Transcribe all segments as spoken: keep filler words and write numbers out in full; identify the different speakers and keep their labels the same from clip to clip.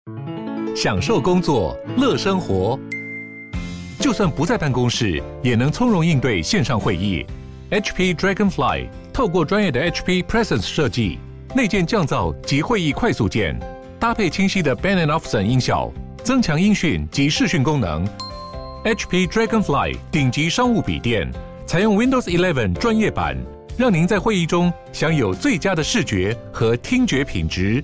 Speaker 1: 享受工作，乐生活。就算不在办公室，也能从容应对线上会议。H P Dragonfly 透过专业的 H P Presence 设计，内建降噪及会议快速键，搭配清晰的 Bang and Olufsen 音效，增强音讯及视讯功能。H P Dragonfly 顶级商务笔电，采用 Windows 十一专业版，让您在会议中享有最佳的视觉和听觉品质。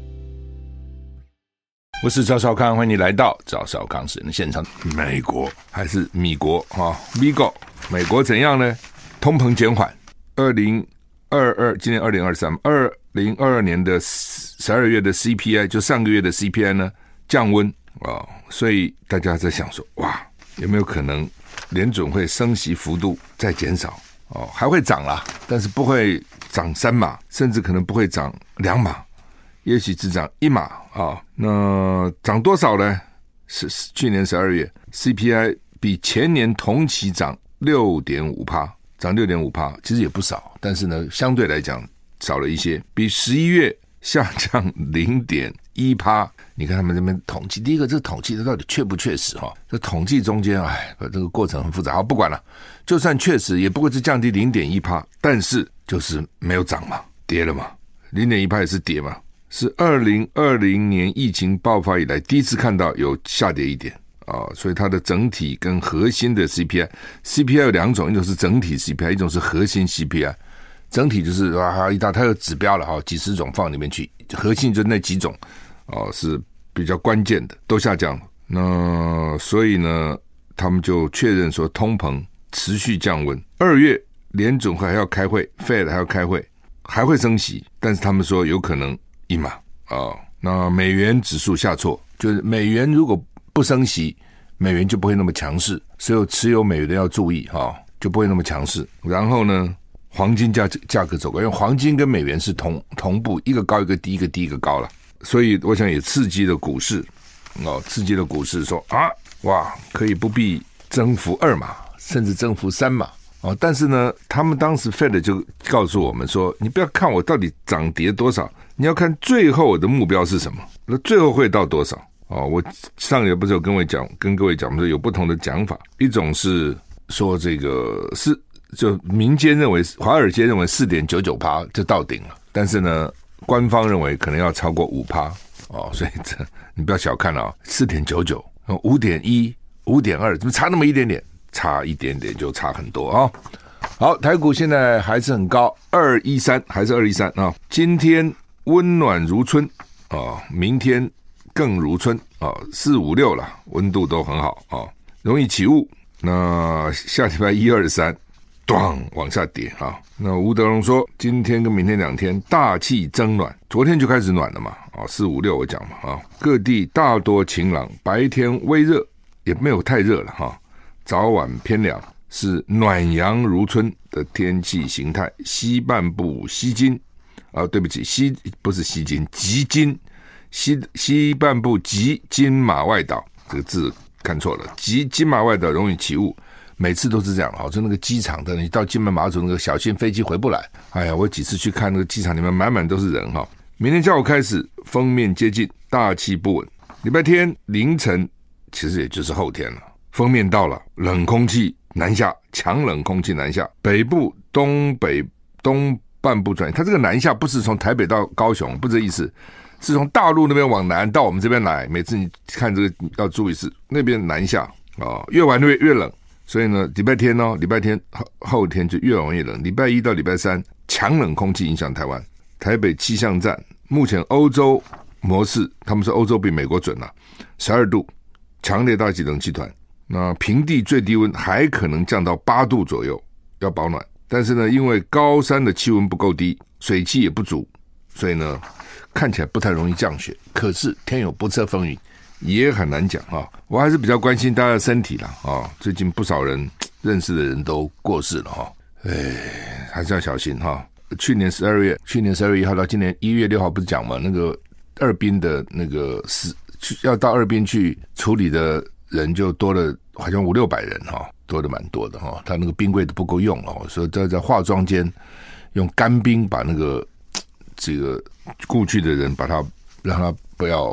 Speaker 2: 我是赵少康，欢迎你来到赵少康时人的现场。美国还是米国啊？美国，美国怎样呢？通膨减缓，二零二二，今年二零二三，二零二二年的十二月的 C P I， 就上个月的 C P I 呢降温啊、哦，所以大家在想说，哇，有没有可能联准会升息幅度再减少？哦，还会涨啦，但是不会涨三码，甚至可能不会涨两码。也许只涨一码啊、哦，那涨多少呢？是去年十二月 C P I 比前年同期涨 六点五%， 涨 六点五%， 其实也不少，但是呢相对来讲少了一些，比十一月下降 零点一%。 你看他们这边统计，第一个这个统计它到底确不确实哈？这统计中间哎，这个过程很复杂，好不管了，就算确实也不过是降低 零点一%， 但是就是没有涨嘛，跌了嘛， 零点一% 也是跌嘛，是二零二零年疫情爆发以来第一次看到有下跌一点啊、哦，所以它的整体跟核心的 C P I，C P I 有两种，一种是整体 C P I， 一种是核心 C P I。整体就是啊一大，它有指标了哈，几十种放里面去，核心就那几种哦是比较关键的，都下降了。那所以呢，他们就确认说通膨持续降温，二月联准会还要开会 ，Fed 还要开会，还会升息，但是他们说有可能一码啊、哦。那美元指数下挫，就是美元如果不升息，美元就不会那么强势，所有持有美元的要注意哈、哦，就不会那么强势。然后呢？黄金价价格走高，因为黄金跟美元是同同步，一个高一个低，一个低一个高了，所以我想也刺激了股市哦，刺激了股市说啊，哇，可以不必增幅二码，甚至增幅三码哦。但是呢，他们当时 Fed 就告诉我们说，你不要看我到底涨跌多少，你要看最后我的目标是什么，那最后会到多少哦。我上个月不是有跟我讲，跟各位讲说有不同的讲法，一种是说这个是。就民间认为，华尔街认为 四点九九% 就到顶了，但是呢，官方认为可能要超过 百分之五 哦，所以这你不要小看了、哦 四点九九、五点一、五点二， 怎么差那么一点点？差一点点就差很多啊、哦！好，台股现在还是很高，二一三还是二一三啊。今天温暖如春啊、哦，明天更如春啊，四五六了，温度都很好啊、哦，容易起雾。那下礼拜一二三。咣往下跌啊！那吴德荣说，今天跟明天两天大气增暖，昨天就开始暖了嘛啊，四五六我讲嘛啊，各地大多晴朗，白天微热，也没有太热了哈，早晚偏凉，是暖阳如春的天气形态。西半部西金啊，对不起，西不是西金，极金，西西半部极金马外岛，这个字看错了，极金马外岛容易起雾。每次都是这样，好，就那个机场的，你到金门马祖那个小心飞机回不来。哎呀，我几次去看那个机场里面满满都是人哈。明天下午开始锋面接近，大气不稳。礼拜天凌晨，其实也就是后天了，锋面到了，冷空气南下，强冷空气南下，北部东北东半部转，它这个南下不是从台北到高雄，不是这意思，是从大陆那边往南到我们这边来。每次你看这个要注意是那边南下啊、哦，越晚越越冷。所以呢，礼拜天哦，礼拜天后后天就越往越冷。礼拜一到礼拜三，强冷空气影响台湾。台北气象站目前欧洲模式，他们说欧洲比美国准了、啊，十二度，强烈大气冷气团。那平地最低温还可能降到八度左右，要保暖。但是呢，因为高山的气温不够低，水汽也不足，所以呢，看起来不太容易降雪。可是天有不测风云。也很难讲啊，我还是比较关心大家的身体啦啊。最近不少人认识的人都过世了哈，哎，还是要小心哈。去年十二月，去年十二月一号到今年一月六号不是讲嘛，那个二滨的那个死要到二滨去处理的人就多了，好像五六百人哈，多的蛮多的哈。他那个冰柜都不够用哦，所以在在化妆间用干冰把那个这个故去的人把他让他不要。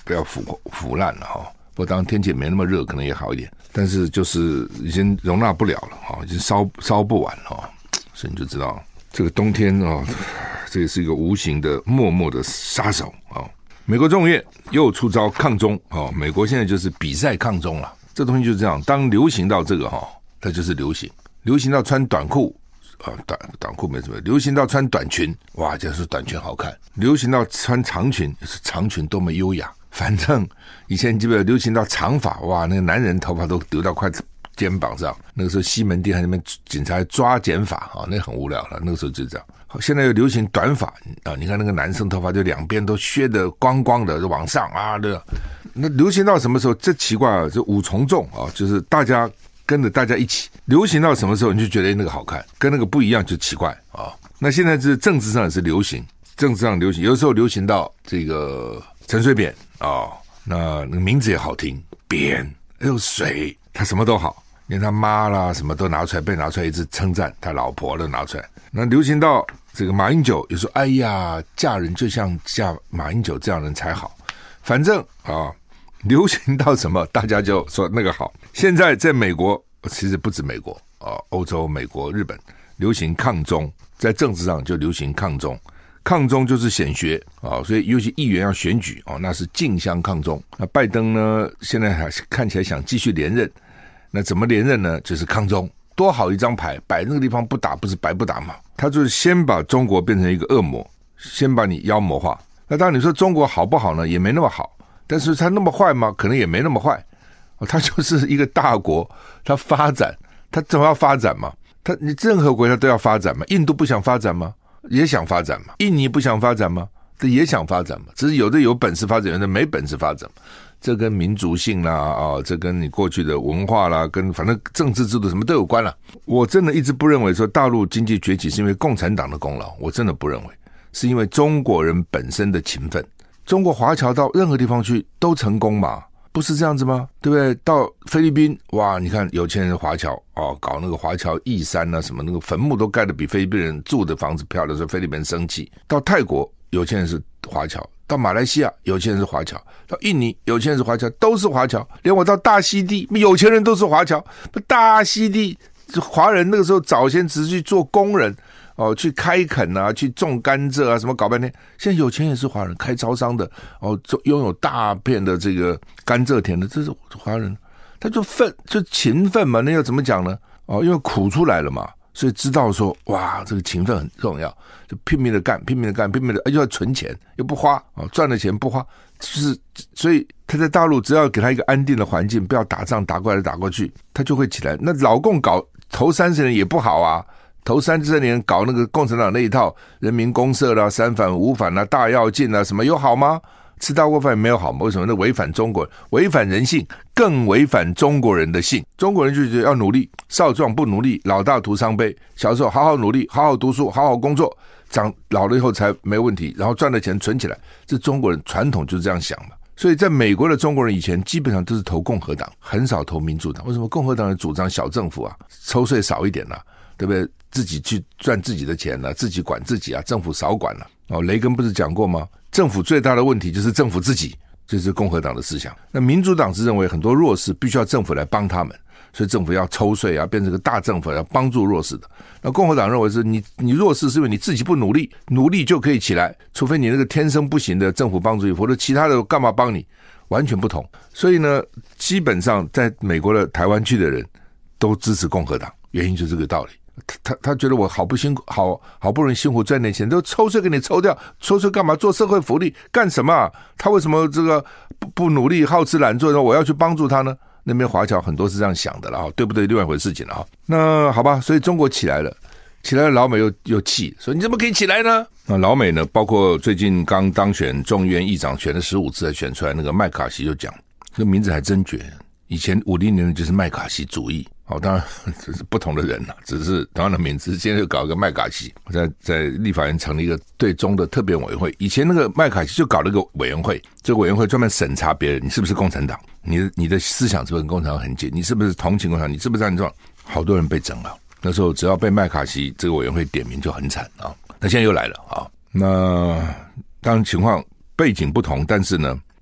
Speaker 2: 不要腐腐烂了哈。不过当然天气没那么热，可能也好一点，但是就是已经容纳不了了哈，已经烧烧不完了哈，所以你就知道这个冬天啊，这也是一个无形的默默的杀手啊。美国众议院又出招抗中啊，美国现在就是比赛抗中了，这东西就是这样，当流行到这个哈，它就是流行，流行到穿短裤。啊，短短裤没什么，流行到穿短裙，哇，就是短裙好看；流行到穿长裙，是长裙多么优雅。反正以前基本流行到长发，哇，那个男人头发都留到快肩膀上。那个时候西门町还那边警察抓剪发啊，那很无聊了。那个时候就这样。好，现在又流行短发啊，你看那个男生头发就两边都削得光光的，就往上啊，对吧？那流行到什么时候？这奇怪啊，这五重奏啊，就是大家。跟着大家一起流行到什么时候，你就觉得那个好看，跟那个不一样就奇怪啊。那现在是政治上也是流行，政治上流行，有时候流行到这个陈水扁啊，那那个名字也好听，扁又水，他什么都好，连他妈啦什么都拿出来，被拿出来一直称赞，他老婆都拿出来。那流行到这个马英九，有时候哎呀，嫁人就像嫁马英九这样的人才好，反正啊。流行到什么，大家就说那个好。现在在美国，其实不止美国啊，欧洲、美国、日本流行抗中，在政治上就流行抗中。抗中就是显学啊，所以尤其议员要选举啊，那是竞相抗中。那拜登呢，现在还看起来想继续连任，那怎么连任呢？就是抗中，多好一张牌，摆那个地方不打，不是白不打嘛？他就是先把中国变成一个恶魔，先把你妖魔化。那当然你说中国好不好呢？也没那么好。但是他那么坏吗？可能也没那么坏，他就是一个大国，他发展，他总要发展嘛。他你任何国家都要发展嘛。印度不想发展吗？也想发展嘛。印尼不想发展吗？也想发展嘛。只是有的有本事发展，有的没本事发展。这跟民族性啦啊，这跟你过去的文化啦，跟反正政治制度什么都有关啦。我真的一直不认为说大陆经济崛起是因为共产党的功劳，我真的不认为，是因为中国人本身的勤奋。中国华侨到任何地方去都成功嘛，不是这样子吗？对不对？到菲律宾，哇，你看有钱人华侨哦，搞那个华侨义山啊，什么那个坟墓都盖得比菲律宾人住的房子漂亮，所以菲律宾人生气。到泰国有钱人是华侨，到马来西亚有钱人是华侨，到印尼有钱人是华侨，都是华侨。连我到大溪地，有钱人都是华侨。大溪地华人那个时候早先只是去做工人。哦，去开垦啊，去种甘蔗啊，什么搞半天。现在有钱也是华人，开招商的，哦，拥有大片的这个甘蔗田的，这是华人，他就奋，就勤奋嘛。那要怎么讲呢？哦，因为苦出来了嘛，所以知道说，哇，这个勤奋很重要，就拼命的干，拼命的干，拼命的，又要存钱，又不花，哦，赚了钱不花，就是所以他在大陆只要给他一个安定的环境，不要打仗打过来打过去，他就会起来。那老共搞头三十年也不好啊。头三十年搞那个共产党那一套人民公社啦、三反五反啦、大跃进啦，什么有好吗？吃大锅饭也没有好吗？为什么？那违反中国人，违反人性，更违反中国人的性。中国人就觉得要努力，少壮不努力，老大徒伤悲。小时候好好努力，好好读书，好好工作，长老了以后才没问题，然后赚的钱存起来。这中国人传统就是这样想嘛。所以在美国的中国人以前基本上都是投共和党，很少投民主党。为什么？共和党人主张小政府啊，抽税少一点啊，对不对？自己去赚自己的钱了、啊，自己管自己啊，政府少管了、啊。哦，雷根不是讲过吗？政府最大的问题就是政府自己，这是共和党的思想。那民主党是认为很多弱势必须要政府来帮他们，所以政府要抽税啊，变成个大政府要帮助弱势的。那共和党认为是你你弱势是因为你自己不努力，努力就可以起来，除非你那个天生不行的政府帮助你，否则其他的干嘛帮你？完全不同。所以呢，基本上在美国的台湾区的人都支持共和党，原因就是这个道理。他他他觉得我好不辛苦，好好不容易辛苦赚点钱，都抽税给你抽掉，抽税干嘛？做社会福利干什么、啊？他为什么这个不不努力、好吃懒做？我要去帮助他呢？那边华侨很多是这样想的了，对不对？另外一回事情了啊。那好吧，所以中国起来了，起来了，老美又又气，说你怎么可以起来呢？那老美呢，包括最近刚当选众议院议长，选了十五次才选出来那个麦卡锡就讲，这个名字还真绝。以前五零年的就是麦卡锡主义。好，当然这是不同的人了，只是同样的名字。现在就搞一个麦卡锡，在在立法院成立一个对中的特别委员会。以前那个麦卡锡就搞了一个委员会，这个委员会专门审查别人，你是不是共产党，你的你的思想是不是跟共产党很近，你是不是同情共产党，你是不是这样？好多人被整了。那时候只要被麦卡锡这个委员会点名就很惨啊。那现在又来了啊。那当然情况背景不同，但是呢，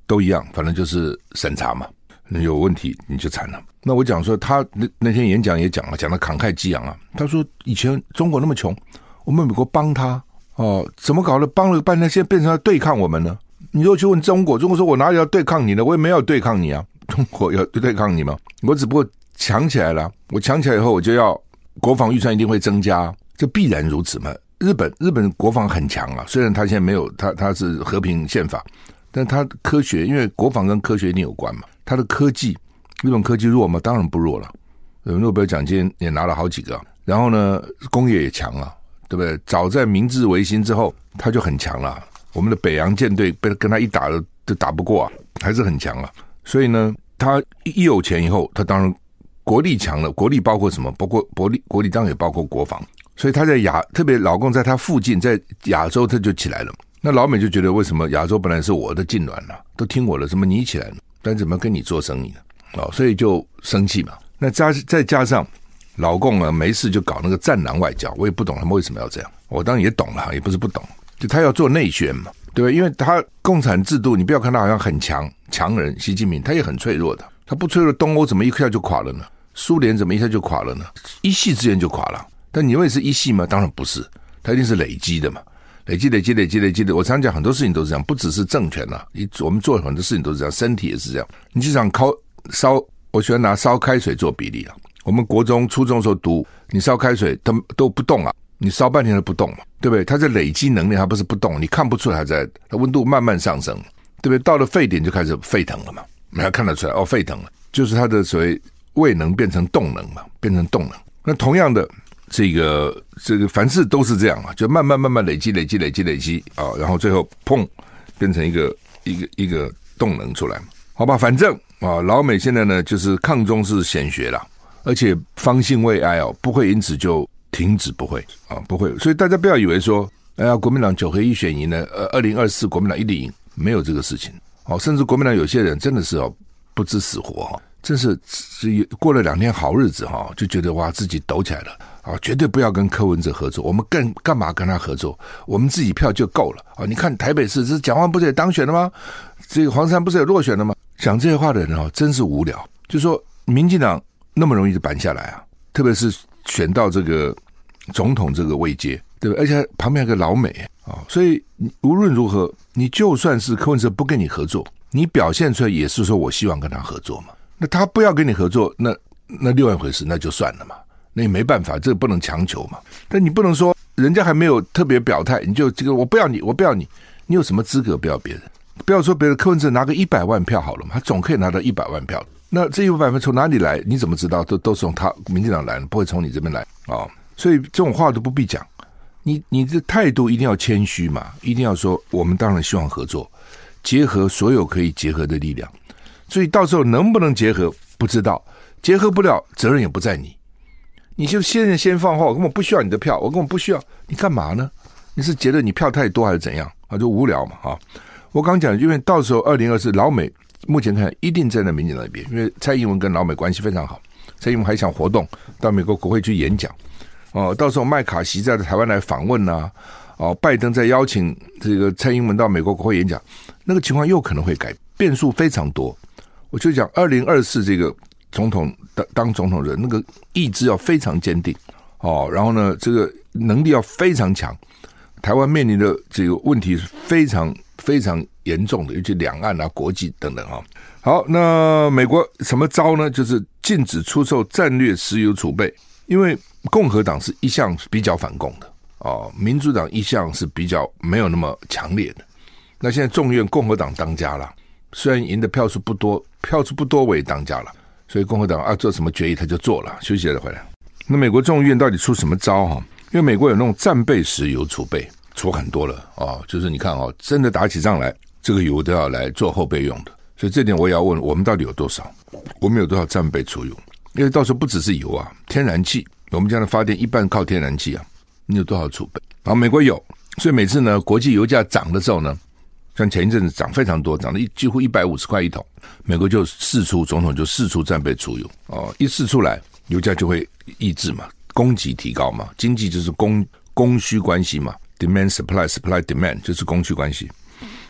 Speaker 2: 都一样，反正就是审查嘛，有问题你就惨了。那我讲说他那那天演讲也讲了，讲得慷慨激昂啊。他说以前中国那么穷，我们美国帮他哦，怎么搞的？帮了半天，现在变成要对抗我们呢？你如果去问中国，中国说我哪里要对抗你呢？我也没有对抗你啊，中国要对抗你吗？我只不过强起来了，我强起来以后，我就要国防预算一定会增加，这必然如此嘛。日本日本国防很强啊，虽然他现在没有他他是和平宪法，但他科学，因为国防跟科学一定有关嘛，他的科技，日本科技弱吗？当然不弱了，诺贝尔奖金也拿了好几个，然后呢，工业也强啊，对不对？早在明治维新之后，他就很强了。我们的北洋舰队被跟他一打了就打不过啊，还是很强啊。所以呢，他一有钱以后，他当然国力强了。国力包括什么？包括国力，国力当然也包括国防。所以他在亚，特别老共在他附近，在亚洲他就起来了。那老美就觉得为什么亚洲本来是我的痉挛了，都听我的，怎么你起来了？但怎么跟你做生意呢？哦，所以就生气嘛。那加再加上老共呢，没事就搞那个战狼外交，我也不懂他们为什么要这样。我当然也懂了，也不是不懂。就他要做内宣嘛，对吧？因为他共产制度，你不要看他好像很强强人，习近平他也很脆弱的。他不脆弱，东欧怎么一下就垮了呢？苏联怎么一下就垮了呢？一夕之间就垮了。但你认为是一夕吗？当然不是，它一定是累积的嘛，累积累积累积累积的。我常讲很多事情都是这样，不只是政权啊，我们做很多事情都是这样，身体也是这样。你就想烧烧，我喜欢拿烧开水做比例啊。我们国中、初中的时候读，你烧开水都都不动啊。你烧半天都不动嘛，对不对？它在累积能量，它不是不动，你看不出来它在，它温度慢慢上升，对不对？到了沸点就开始沸腾了嘛，你还看得出来哦，沸腾了，就是它的所谓胃能变成动能嘛，变成动能。那同样的，这个这个凡事都是这样嘛，就慢慢慢慢累积累积累积累积啊，然后最后砰变成一个一个一个动能出来，好吧？反正啊，老美现在呢就是抗中是显学啦，而且方兴未艾哦，不会因此就停止，不会啊，不会。所以大家不要以为说，哎呀，国民党九合一选赢呢，呃，二零二四国民党一定赢，没有这个事情。哦，甚至国民党有些人真的是哦不知死活哈，真是过了两天好日子哈，就觉得哇自己抖起来了啊，绝对不要跟柯文哲合作，我们更干嘛跟他合作？我们自己票就够了啊！你看台北市这蒋万不是也当选了吗？这个黄珊不是也落选了吗？讲这些话的人哦，真是无聊。就说民进党那么容易就扳下来啊，特别是选到这个总统这个位阶，对不对？而且旁边有个老美啊，所以无论如何，你就算是柯文哲不跟你合作，你表现出来也是说我希望跟他合作嘛。那他不要跟你合作，那那另外一回事，那就算了嘛，那也没办法，这个不能强求嘛。但你不能说人家还没有特别表态，你就这个我不要你，我不要你，你有什么资格不要别人？不要说别人，柯文哲拿个一百万票好了嘛，他总可以拿到一百万票。那这一百万票从哪里来？你怎么知道？都都是从他民进党来的，不会从你这边来啊、哦。所以这种话都不必讲，你你的态度一定要谦虚嘛，一定要说我们当然希望合作，结合所有可以结合的力量。所以到时候能不能结合不知道，结合不了责任也不在你，你就先人先放话，我根本不需要你的票，我根本不需要，你干嘛呢？你是觉得你票太多还是怎样啊？就无聊嘛啊！我刚讲，因为到时候二零二四老美目前看一定站在民进党那边，因为蔡英文跟老美关系非常好，蔡英文还想活动到美国国会去演讲。哦，到时候麦卡锡在台湾来访问啊，哦，拜登再邀请这个蔡英文到美国国会演讲，那个情况又可能会改，变数非常多。我就讲二零二四这个总统当当总统人，那个意志要非常坚定哦，然后呢，这个能力要非常强。台湾面临的这个问题是非常非常严重的，尤其两岸啊、国际等等啊。好，那美国什么招呢？就是禁止出售战略石油储备，因为共和党是一向比较反共的哦，民主党一向是比较没有那么强烈的。那现在众院共和党当家了，虽然赢的票数不多，票数不多我也当家了，所以共和党啊做什么决议他就做了。休息了回来，那美国众院到底出什么招哈？因为美国有那种战备石油储备，出很多了哦，就是你看哦，真的打起仗来，这个油都要来做后备用的。所以这点我也要问，我们到底有多少？我们有多少战备储油？因为到时候不只是油啊，天然气。我们家的发电一半靠天然气啊，你有多少储备？然后美国有，所以每次呢，国际油价涨的时候呢，像前一阵子涨非常多，涨了几乎一百五十块一桶，美国就释出，总统就释出战备储油哦，一释出来，油价就会抑制嘛，供给提高嘛，经济就是供供需关系嘛 ，demand supply supply demand 就是供需关系。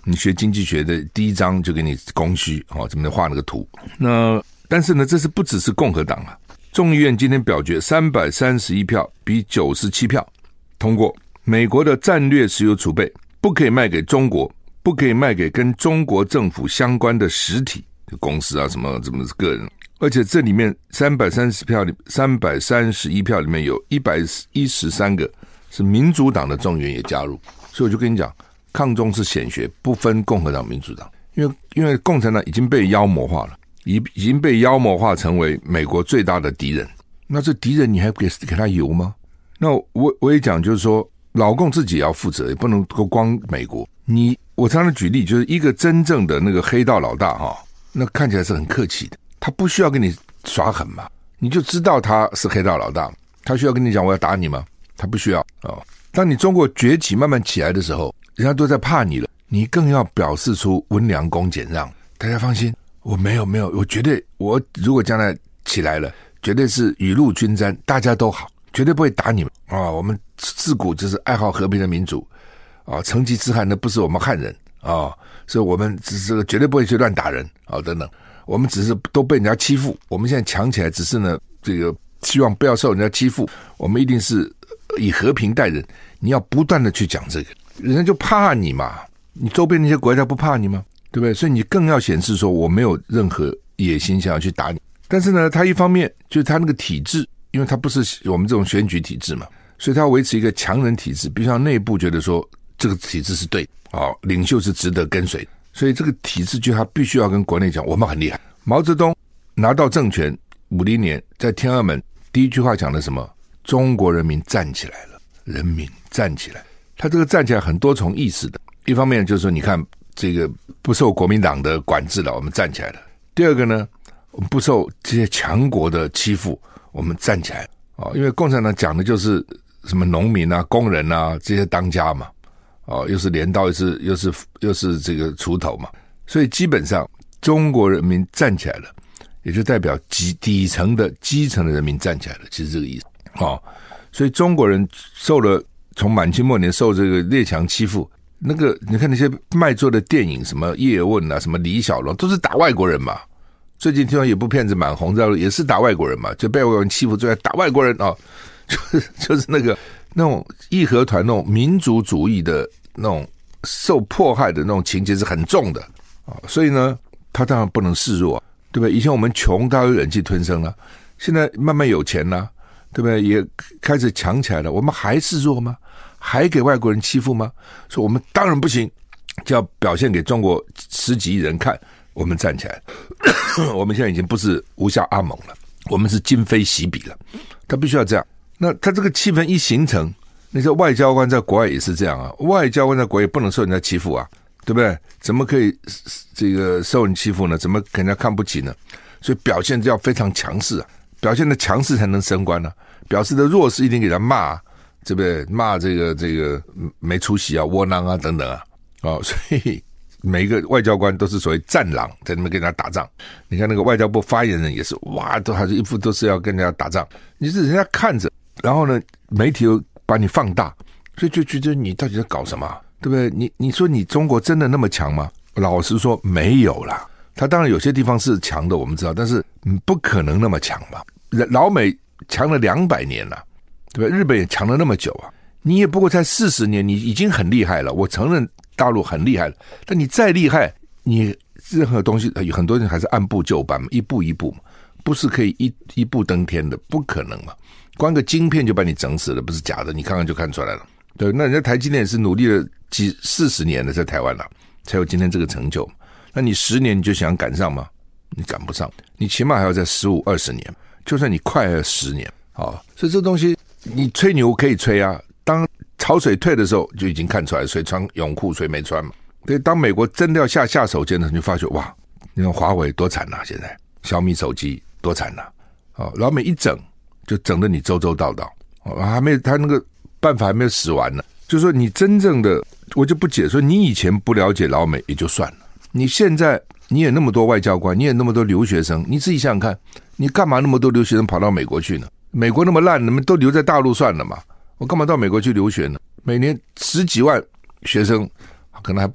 Speaker 2: 你学经济学的第一章就给你供需哦，怎么画那个图。那但是呢，这是不只是共和党啊。众议院今天表决三百三十一票比九十七票通过，美国的战略石油储备不可以卖给中国，不可以卖给跟中国政府相关的实体公司啊，什么什么个人。而且这里面三百三十票里三百三十一票里面有一百一十三个是民主党的众议员也加入，所以我就跟你讲，抗中是显学，不分共和党民主党，因为因为共产党已经被妖魔化了，已已经被妖魔化成为美国最大的敌人。那这敌人你还给给他油吗？那我我也讲，就是说老共自己也要负责，也不能够光美国。你我常常举例，就是一个真正的那个黑道老大哈，那看起来是很客气的，他不需要跟你耍狠嘛，你就知道他是黑道老大，他需要跟你讲我要打你吗？他不需要哦。当你中国崛起慢慢起来的时候，人家都在怕你了，你更要表示出温良恭俭让，大家放心，我没有没有，我绝对，我如果将来起来了，绝对是雨露均沾，大家都好，绝对不会打你们啊、哦！我们自古就是爱好和平的民族啊，成吉思汗那不是我们汉人啊、哦，所以我们只是绝对不会去乱打人啊、哦、等等，我们只是都被人家欺负，我们现在强起来，只是呢这个希望不要受人家欺负，我们一定是以和平待人，你要不断的去讲这个，人家就怕你嘛，你周边那些国家不怕你吗？对不对？所以你更要显示说我没有任何野心想要去打你。但是呢，他一方面就是他那个体制，因为他不是我们这种选举体制嘛，所以他要维持一个强人体制，必须要内部觉得说这个体制是对的、哦、领袖是值得跟随，所以这个体制就他必须要跟国内讲我们很厉害。毛泽东拿到政权五零年，在天安门第一句话讲的什么？中国人民站起来了，人民站起来。他这个站起来很多重意思的，一方面就是说你看这个不受国民党的管制了，我们站起来了。第二个呢，我们不受这些强国的欺负，我们站起来了、哦、因为共产党讲的就是什么农民啊工人啊这些当家嘛、哦、又是镰刀又是又是又是这个锄头嘛，所以基本上中国人民站起来了，也就代表基底层的基层的人民站起来了，其实这个意思、哦、所以中国人受了从满清末年受这个列强欺负，那个你看那些卖座的电影，什么叶问啊什么李小龙，都是打外国人嘛。最近听说有部片子蛮红的，也是打外国人嘛，就被外国人欺负，最后打外国人哦，就是就是那个那种义和团那种民族主义的那种受迫害的那种情节是很重的啊、哦，所以呢，他当然不能示弱、啊，对不对？以前我们穷，他有忍气吞声了，现在慢慢有钱了，对不对？也开始强起来了，我们还示弱吗？还给外国人欺负吗？说我们当然不行，就要表现给中国十几亿人看。我们站起来我们现在已经不是吴下阿蒙了，我们是今非昔比了，他必须要这样。那他这个气氛一形成，那些外交官在国外也是这样啊，外交官在国外也不能受人家欺负啊，对不对？怎么可以这个受人欺负呢？怎么给人家看不起呢？所以表现就要非常强势啊，表现的强势才能升官啊，表示的弱势一定给他骂、啊，对不对？骂这个这个没出息啊，窝囊啊等等啊，哦，所以每一个外交官都是所谓战狼，在那边跟人家打仗。你看那个外交部发言人也是，哇，都还是一副都是要跟人家打仗。你是人家看着，然后呢，媒体又把你放大，所以就觉得你到底在搞什么，对不对？你你说你中国真的那么强吗？老实说没有啦。他当然有些地方是强的，我们知道，但是不可能那么强嘛。老美强了两百年了，对不对？日本也强了那么久啊，你也不过才四十年，你已经很厉害了。我承认。大陆很厉害了，但你再厉害，你任何东西很多人还是按部就班嘛，一步一步嘛，不是可以一一步登天的，不可能嘛。光个晶片就把你整死了，不是假的，你看看就看出来了。对，那人家台积电也是努力了几四十年了，在台湾了，才有今天这个成就。那你十年你就想赶上吗？你赶不上，你起码还要在十五二十年，就算你快了十年啊、哦。所以这东西你吹牛可以吹啊，当潮水退的时候就已经看出来谁穿泳裤谁没穿嘛。对，当美国真的要下下手间的时候，你就发觉哇，你看华为多惨啊，现在小米手机多惨啊，哦，老美一整就整得你周周到到，哦，还没他那个办法还没有使完呢。就是说你真正的，我就不解说你以前不了解老美也就算了，你现在你也那么多外交官，你也那么多留学生，你自己想想看，你干嘛那么多留学生跑到美国去呢？美国那么烂，你们都留在大陆算了嘛。我干嘛到美国去留学呢？每年十几万学生，可能还不止，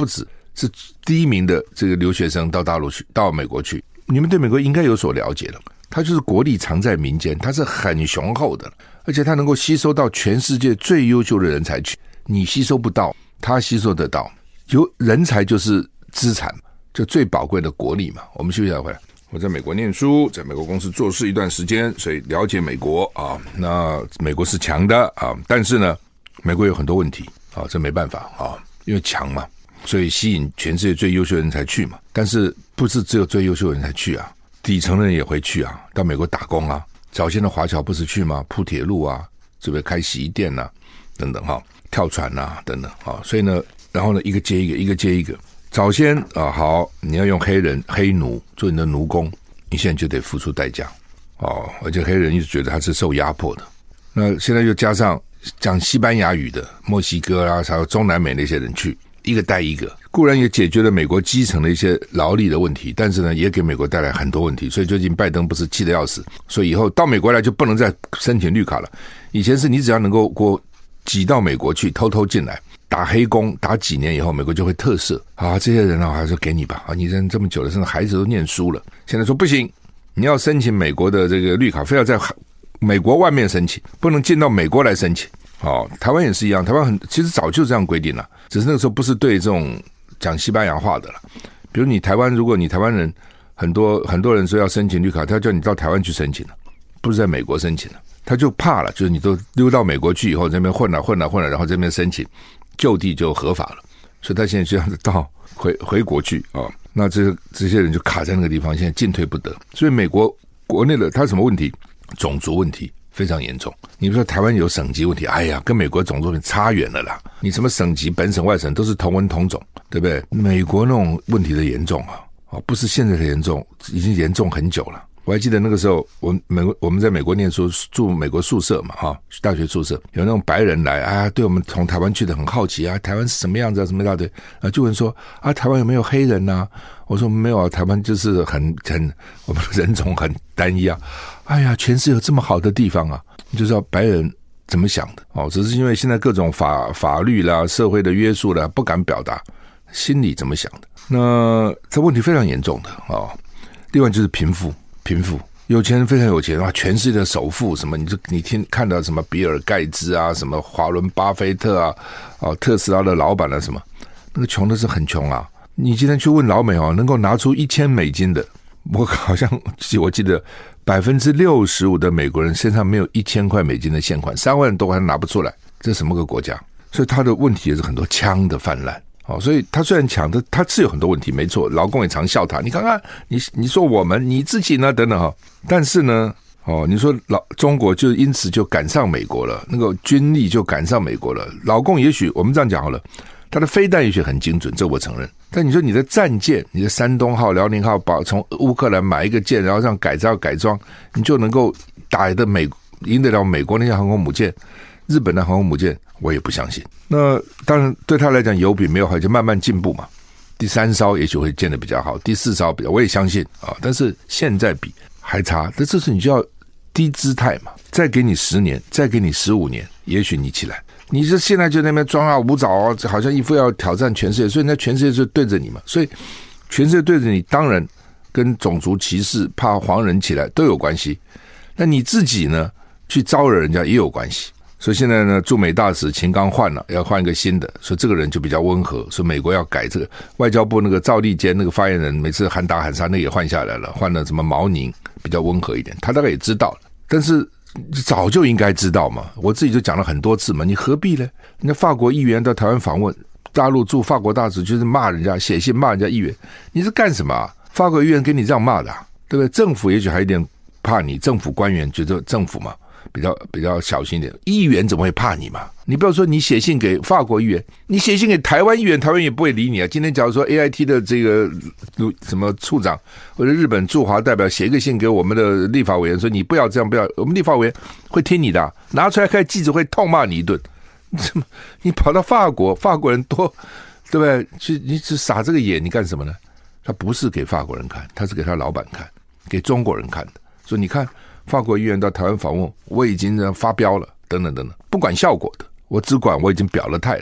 Speaker 2: 是第一名的这个留学生到大陆去，到美国去。你们对美国应该有所了解了，它就是国力藏在民间，它是很雄厚的，而且它能够吸收到全世界最优秀的人才去，你吸收不到，它吸收得到。有人才就是资产，就最宝贵的国力嘛。我们休息一下回来。我在美国念书，在美国公司做事一段时间，所以了解美国啊。那美国是强的啊，但是呢，美国有很多问题啊，这没办法啊，因为强嘛，所以吸引全世界最优秀的人才去嘛。但是不是只有最优秀的人才去啊，底层的人也会去啊，到美国打工啊。早先的华侨不是去吗？铺铁路啊，这边开洗衣店啊，等等哈，跳船啊，等等啊。所以呢，然后呢，一个接一个，一个接一个。早先啊，好，你要用黑人黑奴做你的奴工，你现在就得付出代价哦。而且黑人一直觉得他是受压迫的。那现在又加上讲西班牙语的墨西哥啊，还有中南美那些人去，一个带一个，固然也解决了美国基层的一些劳力的问题，但是呢，也给美国带来很多问题。所以最近拜登不是气得要死，所以以后到美国来就不能再申请绿卡了。以前是你只要能够过挤到美国去，偷偷进来。打黑工打几年以后，美国就会特赦啊，这些人啊，还是给你吧啊，你人这么久了，甚至孩子都念书了，现在说不行，你要申请美国的这个绿卡，非要在美国外面申请，不能进到美国来申请。哦，台湾也是一样，台湾很其实早就这样规定了，只是那个时候不是对这种讲西班牙话的了。比如你台湾，如果你台湾人很多很多人说要申请绿卡，他叫你到台湾去申请了，不是在美国申请了，他就怕了，就是你都溜到美国去以后，这边混了混了混了，然后这边申请。就地就合法了，所以他现在这样子到回回国去啊、哦，那这这些人就卡在那个地方，现在进退不得。所以美国国内的它什么问题？种族问题非常严重。你比如说台湾有省级问题，哎呀，跟美国种族问题差远了啦。你什么省级、本省、外省都是同文同种，对不对？美国那种问题的严重啊，哦，不是现在的严重，已经严重很久了。我还记得那个时候，我美国我们在美国念书，住美国宿舍嘛，哈，大学宿舍有那种白人来啊，对我们从台湾去的很好奇啊，台湾是什么样子啊，什么一大堆啊，就问说啊，台湾有没有黑人啊？我说没有啊，台湾就是很很我们人种很单一啊。哎呀，全世界有这么好的地方啊，你就知道白人怎么想的哦，只是因为现在各种法法律啦、社会的约束啦，不敢表达心里怎么想的。那这问题非常严重的哦。另外就是贫富。贫富有钱人非常有钱啊，全世界的首富什么，你就你听看到什么比尔盖茨啊，什么华伦巴菲特啊，啊特斯拉的老板啊什么，那个穷的是很穷啊。你今天去问老美哦，能够拿出一千美金的，我好像我记得百分之六十五的美国人身上没有一千块美金的现款，三万人都还拿不出来，这是什么个国家？所以他的问题也是很多枪的泛滥。哦，所以他虽然强的，他是有很多问题，没错，劳工也常笑他。你看看，你你说我们，你自己呢，等等哈。但是呢，哦，你说老中国就因此就赶上美国了，那个军力就赶上美国了。劳工也许我们这样讲好了，他的飞弹也许很精准，这我承认。但你说你的战舰，你的山东号、辽宁号，把从乌克兰买一个舰，然后这样改造改装，你就能够打得美赢得了美国那些航空母舰。日本的航空母舰我也不相信。那当然对他来讲有比没有好，就慢慢进步嘛。第三艘也许会建得比较好，第四艘比较我也相信啊，但是现在比还差。但这次你就要低姿态嘛，再给你十年，再给你十五年，也许你起来。你是现在就那边装啊舞蹈啊，好像一副要挑战全世界，所以那全世界就对着你嘛。所以全世界对着你，当然跟种族歧视、怕黄人起来都有关系。那你自己呢，去招惹人家也有关系。所以现在呢，驻美大使秦刚换了，要换一个新的，所以这个人就比较温和。说美国要改这个，外交部那个赵立坚那个发言人，每次喊打喊杀，那个也换下来了，换了什么毛宁，比较温和一点。他大概也知道了，但是早就应该知道嘛。我自己就讲了很多次嘛，你何必呢？人家法国议员到台湾访问，大陆驻法国大使就是骂人家，写信骂人家议员，你是干什么啊？法国议员给你这样骂的、啊，对不对？政府也许还有点怕你，政府官员觉得政府嘛。比较比较小心一点，议员怎么会怕你嘛？你不要说你写信给法国议员，你写信给台湾议员，台湾也不会理你啊。今天假如说 A I T 的这个什么处长或者日本驻华代表写一个信给我们的立法委员，说你不要这样，不要，我们立法委员会听你的、啊，拿出来开记者会痛骂你一顿。你跑到法国，法国人多，对不对？去你只傻这个眼，你干什么呢？他不是给法国人看，他是给他老板看，给中国人看的。所以你看。法国议员到台湾访问，我已经发飙了，等等等等，不管效果的，我只管我已经表了态了。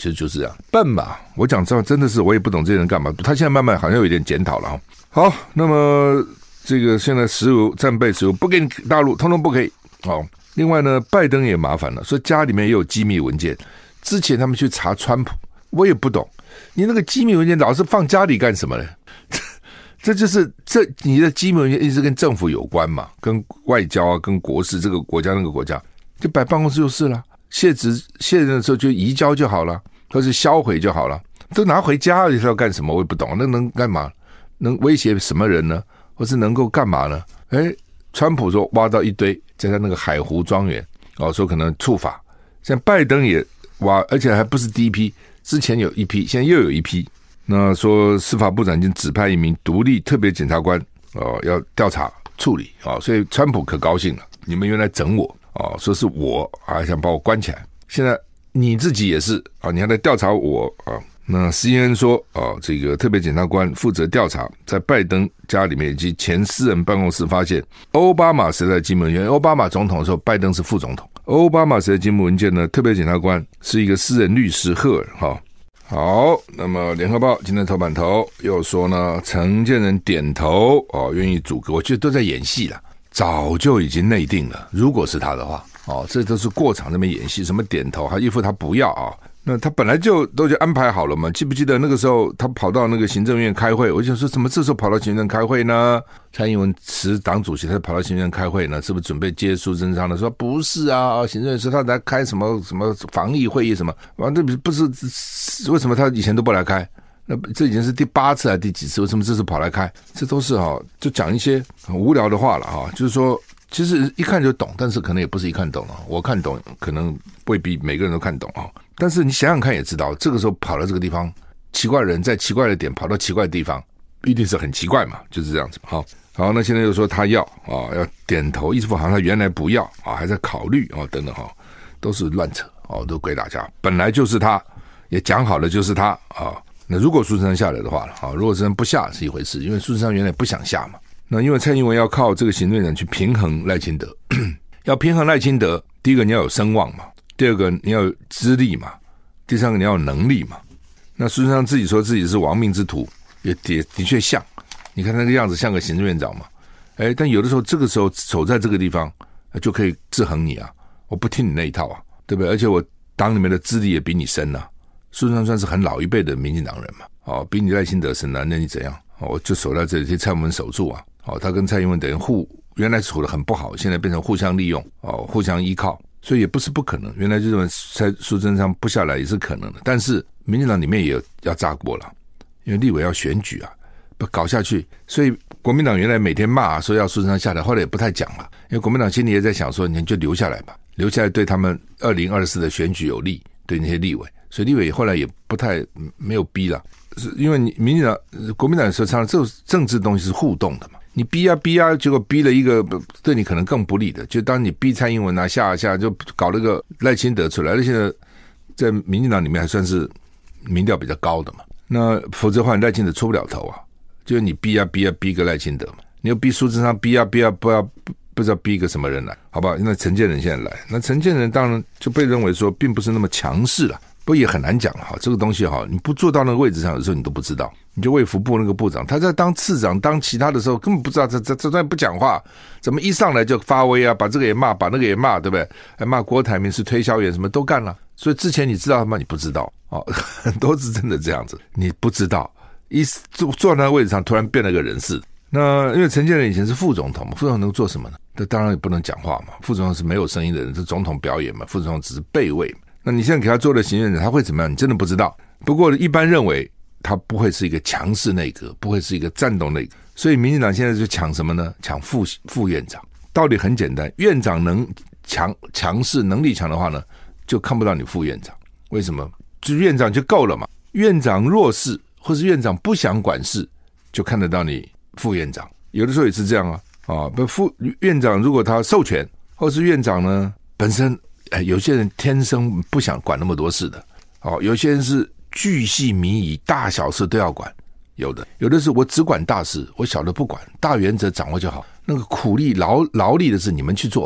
Speaker 2: 其实就是这样，笨嘛。我讲这真的是我也不懂这些人干嘛。他现在慢慢好像有一点检讨了。好，那么这个现在石油战备石油不给你大陆，通通不可以。哦，另外呢，拜登也麻烦了，说家里面也有机密文件。之前他们去查川普，我也不懂，你那个机密文件老是放家里干什么呢？这就是这你的机密文件一直跟政府有关嘛，跟外交啊，跟国事，这个国家那个国家就摆办公室就是了。卸职卸任的时候就移交就好了，或是销毁就好了。都拿回家里要干什么？我也不懂，那能干嘛？能威胁什么人呢？或是能够干嘛呢？哎，川普说挖到一堆，在他那个海湖庄园，哦，说可能触法。像拜登也挖，而且还不是第一批，之前有一批，现在又有一批。那说司法部长已经指派一名独立特别检察官，哦，要调查处理，哦，所以川普可高兴了，你们原来整我，哦，说是我还想把我关起来，现在你自己也是啊，你还在调查我啊。那 C N N 说，哦，这个特别检察官负责调查，在拜登家里面以及前私人办公室发现奥巴马时代的机密文件。奥巴马总统的时候，拜登是副总统。奥巴马时代的机密文件呢，特别检察官是一个私人律师赫尔哈。好，那么联合报今天头版头又说呢，陈建仁点头哦，愿意阻隔，我觉得都在演戏啦，早就已经内定了。如果是他的话，哦，这都是过场那边演戏，什么点头，还一副他不要啊。那他本来就都就安排好了嘛，记不记得那个时候他跑到那个行政院开会，我就说怎么这时候跑到行政院开会呢？蔡英文辞党主席，他跑到行政院开会呢，是不是准备接苏贞昌的？说不是啊，行政院说他来开什么什么防疫会议什么，完这不是为什么他以前都不来开？那这已经是第八次还是第几次？为什么这次跑来开？这都是哈，就讲一些很无聊的话了哈，就是说。其实一看就懂，但是可能也不是一看懂了。我看懂，可能未必每个人都看懂啊。但是你想想看也知道，这个时候跑到这个地方，奇怪的人在奇怪的点跑到奇怪的地方，一定是很奇怪嘛，就是这样子。好，好，那现在又说他要啊，要点头，意思好像他原来不要啊，还在考虑啊，等等哈，都是乱扯哦，都鬼打架。本来就是他，也讲好了就是他啊。那如果苏贞昌下来的话啊，如果苏贞昌不下是一回事，因为苏贞昌原来不想下嘛。那因为蔡英文要靠这个行政院去平衡赖清德，要平衡赖清德，第一个你要有声望嘛，第二个你要有资历嘛，第三个你要有能力嘛。那苏贞昌自己说自己是亡命之徒，也的的确像，你看那个样子像个行政院长嘛。哎，但有的时候这个时候守在这个地方就可以制衡你啊，我不听你那一套啊，对不对？而且我党里面的资历也比你深啊，苏贞昌算是很老一辈的民进党人嘛，哦，比你赖清德深啊，那你怎样？我就守在这里，替蔡英文守住啊。哦，他跟蔡英文等于互原来处得很不好，现在变成互相利用，哦，互相依靠，所以也不是不可能。原来就认为蔡苏贞昌不下来也是可能的，但是民进党里面也有要炸锅了，因为立委要选举啊，不搞下去，所以国民党原来每天骂说要苏贞昌下来，后来也不太讲了，因为国民党心里也在想说，你就留下来吧，留下来对他们二零二四的选举有利，对那些立委，所以立委后来也不太没有逼了，是因为你民进党国民党的时候，常常这种政治东西是互动的嘛。你逼啊逼啊，结果逼了一个对你可能更不利的，就当你逼蔡英文啊下下，就搞了个赖清德出来，而且在民进党里面还算是民调比较高的嘛。那否则的话，赖清德出不了头啊，就是你逼啊逼啊逼个赖清德嘛，你又逼苏贞昌，逼啊逼啊不要不知道逼个什么人来，好吧？那陈建仁现在来，那陈建仁当然就被认为说并不是那么强势了。不过也很难讲哈，这个东西哈，你不坐到那个位置上的时候，你都不知道。你就卫福部那个部长，他在当次长、当其他的时候，根本不知道这这这段不讲话，怎么一上来就发威啊？把这个也骂，把那个也骂，对不对？还骂郭台铭是推销员，什么都干了。所以之前你知道吗？你不知道哦，很多是真的这样子，你不知道，一坐坐在那个位置上，突然变了个人事。那因为陈建仁以前是副总统嘛，副总统能做什么呢？这当然也不能讲话嘛，副总统是没有声音的人，是总统表演嘛，副总统只是备位嘛。那你现在给他做了行政人，他会怎么样？你真的不知道。不过一般认为他不会是一个强势内阁，不会是一个战斗内阁，所以民进党现在就抢什么呢？抢副副院长。道理很简单，院长能强强势能力强的话呢，就看不到你副院长。为什么？就院长就够了嘛。院长弱势或是院长不想管事，就看得到你副院长。有的时候也是这样啊啊！不副院长如果他授权，或是院长呢本身。哎，有些人天生不想管那么多事的，哦，有些人是巨细靡遗，大小事都要管，有的，有的是我只管大事，我小的不管，大原则掌握就好。那个苦力劳劳力的事你们去做吧，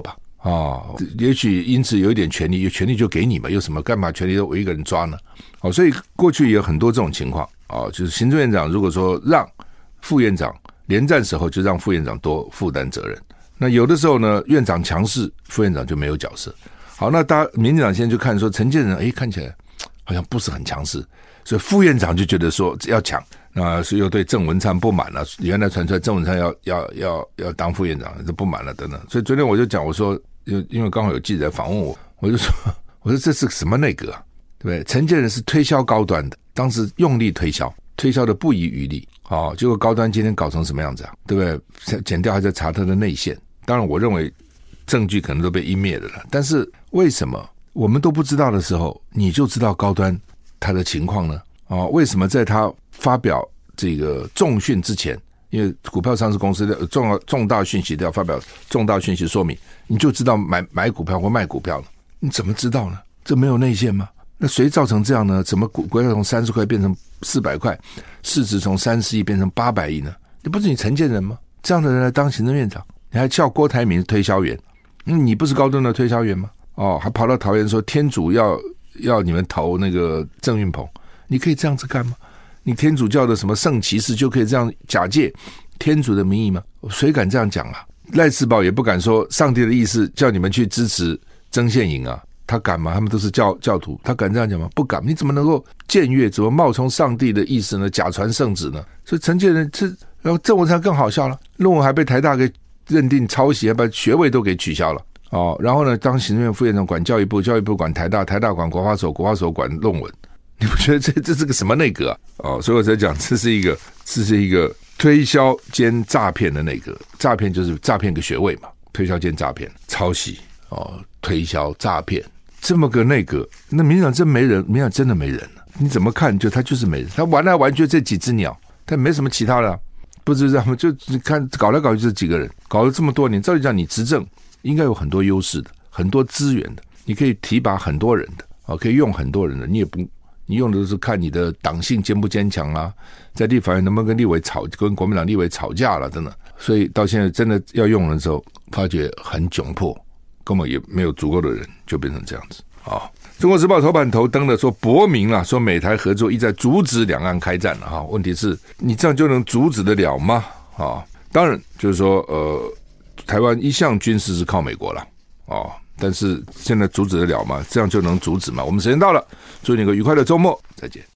Speaker 2: 哦，也许因此有一点权力，有权力就给你嘛，有什么干嘛权力都我一个人抓呢？哦，所以过去也有很多这种情况哦，就是行政院长如果说让副院长连战时候，就让副院长多负担责任。那有的时候呢，院长强势，副院长就没有角色。好，那大家民进党现在就看说陈建仁，哎，看起来好像不是很强势，所以副院长就觉得说要抢，那是又对郑文灿不满了。原来传出来郑文灿要要要要当副院长，就不满了等等。所以昨天我就讲，我说因为刚好有记者访问我，我就说我说这是什么内阁啊？对不对？陈建仁是推销高端的，当时用力推销，推销的不遗余力。好、哦，结果高端今天搞成什么样子啊？对不对？检调还在查他的内线。当然，我认为证据可能都被湮灭了了。但是为什么我们都不知道的时候，你就知道高端他的情况呢？哦，为什么在他发表这个重讯之前，因为股票上市公司的重重大讯息都要发表重大讯息说明，你就知道买买股票或卖股票了？你怎么知道呢？这没有内线吗？那谁造成这样呢？怎么股股票从三十块变成四百块，市值从三十亿变成八百亿呢？你不是你陈建仁吗？这样的人来当行政院长，你还叫郭台铭是推销员，嗯，你不是高端的推销员吗？哦，还跑到桃园说天主要要你们投那个郑运鹏，你可以这样子干吗？你天主教的什么圣骑士就可以这样假借天主的名义吗？谁敢这样讲啊？赖世宝也不敢说上帝的意思叫你们去支持曾宪颖啊，他敢吗？他们都是教教徒，他敢这样讲吗？不敢。你怎么能够僭越，怎么冒充上帝的意思呢？假传圣旨呢？所以陈建仁这，然后郑文灿更好笑了，论文还被台大给认定抄袭，还把学位都给取消了。哦，然后呢，当行政院副院长管教育部，教育部管台大，台大管国发所，国发所管论文。你不觉得这这是个什么内阁啊？哦，所以我才讲这是一个这是一个推销兼诈骗的内阁。诈骗就是诈骗个学位嘛，推销兼诈骗，抄袭哦，推销诈骗。这么个内阁，那民进党真没人，民进党真的没人了。你怎么看？就他就是没人，他玩来玩去这几只鸟，他没什么其他的、啊，不知道就你看搞来搞去这几个人，搞了这么多年，照理讲你执政应该有很多优势的，很多资源的，你可以提拔很多人的，哦，可以用很多人的，你也不，你用的是看你的党性坚不坚强啊，在立法院能不能跟立委吵，跟国民党立委吵架了等等，所以到现在真的要用的时候，发觉很窘迫。根本也没有足够的人，就变成这样子啊！中国时报头版头登的说，博明啊，说美台合作意在阻止两岸开战了哈。问题是，你这样就能阻止得了吗？啊，当然就是说，呃，台湾一向军事是靠美国了啊，但是现在阻止得了吗？这样就能阻止吗？我们时间到了，祝你个愉快的周末，再见。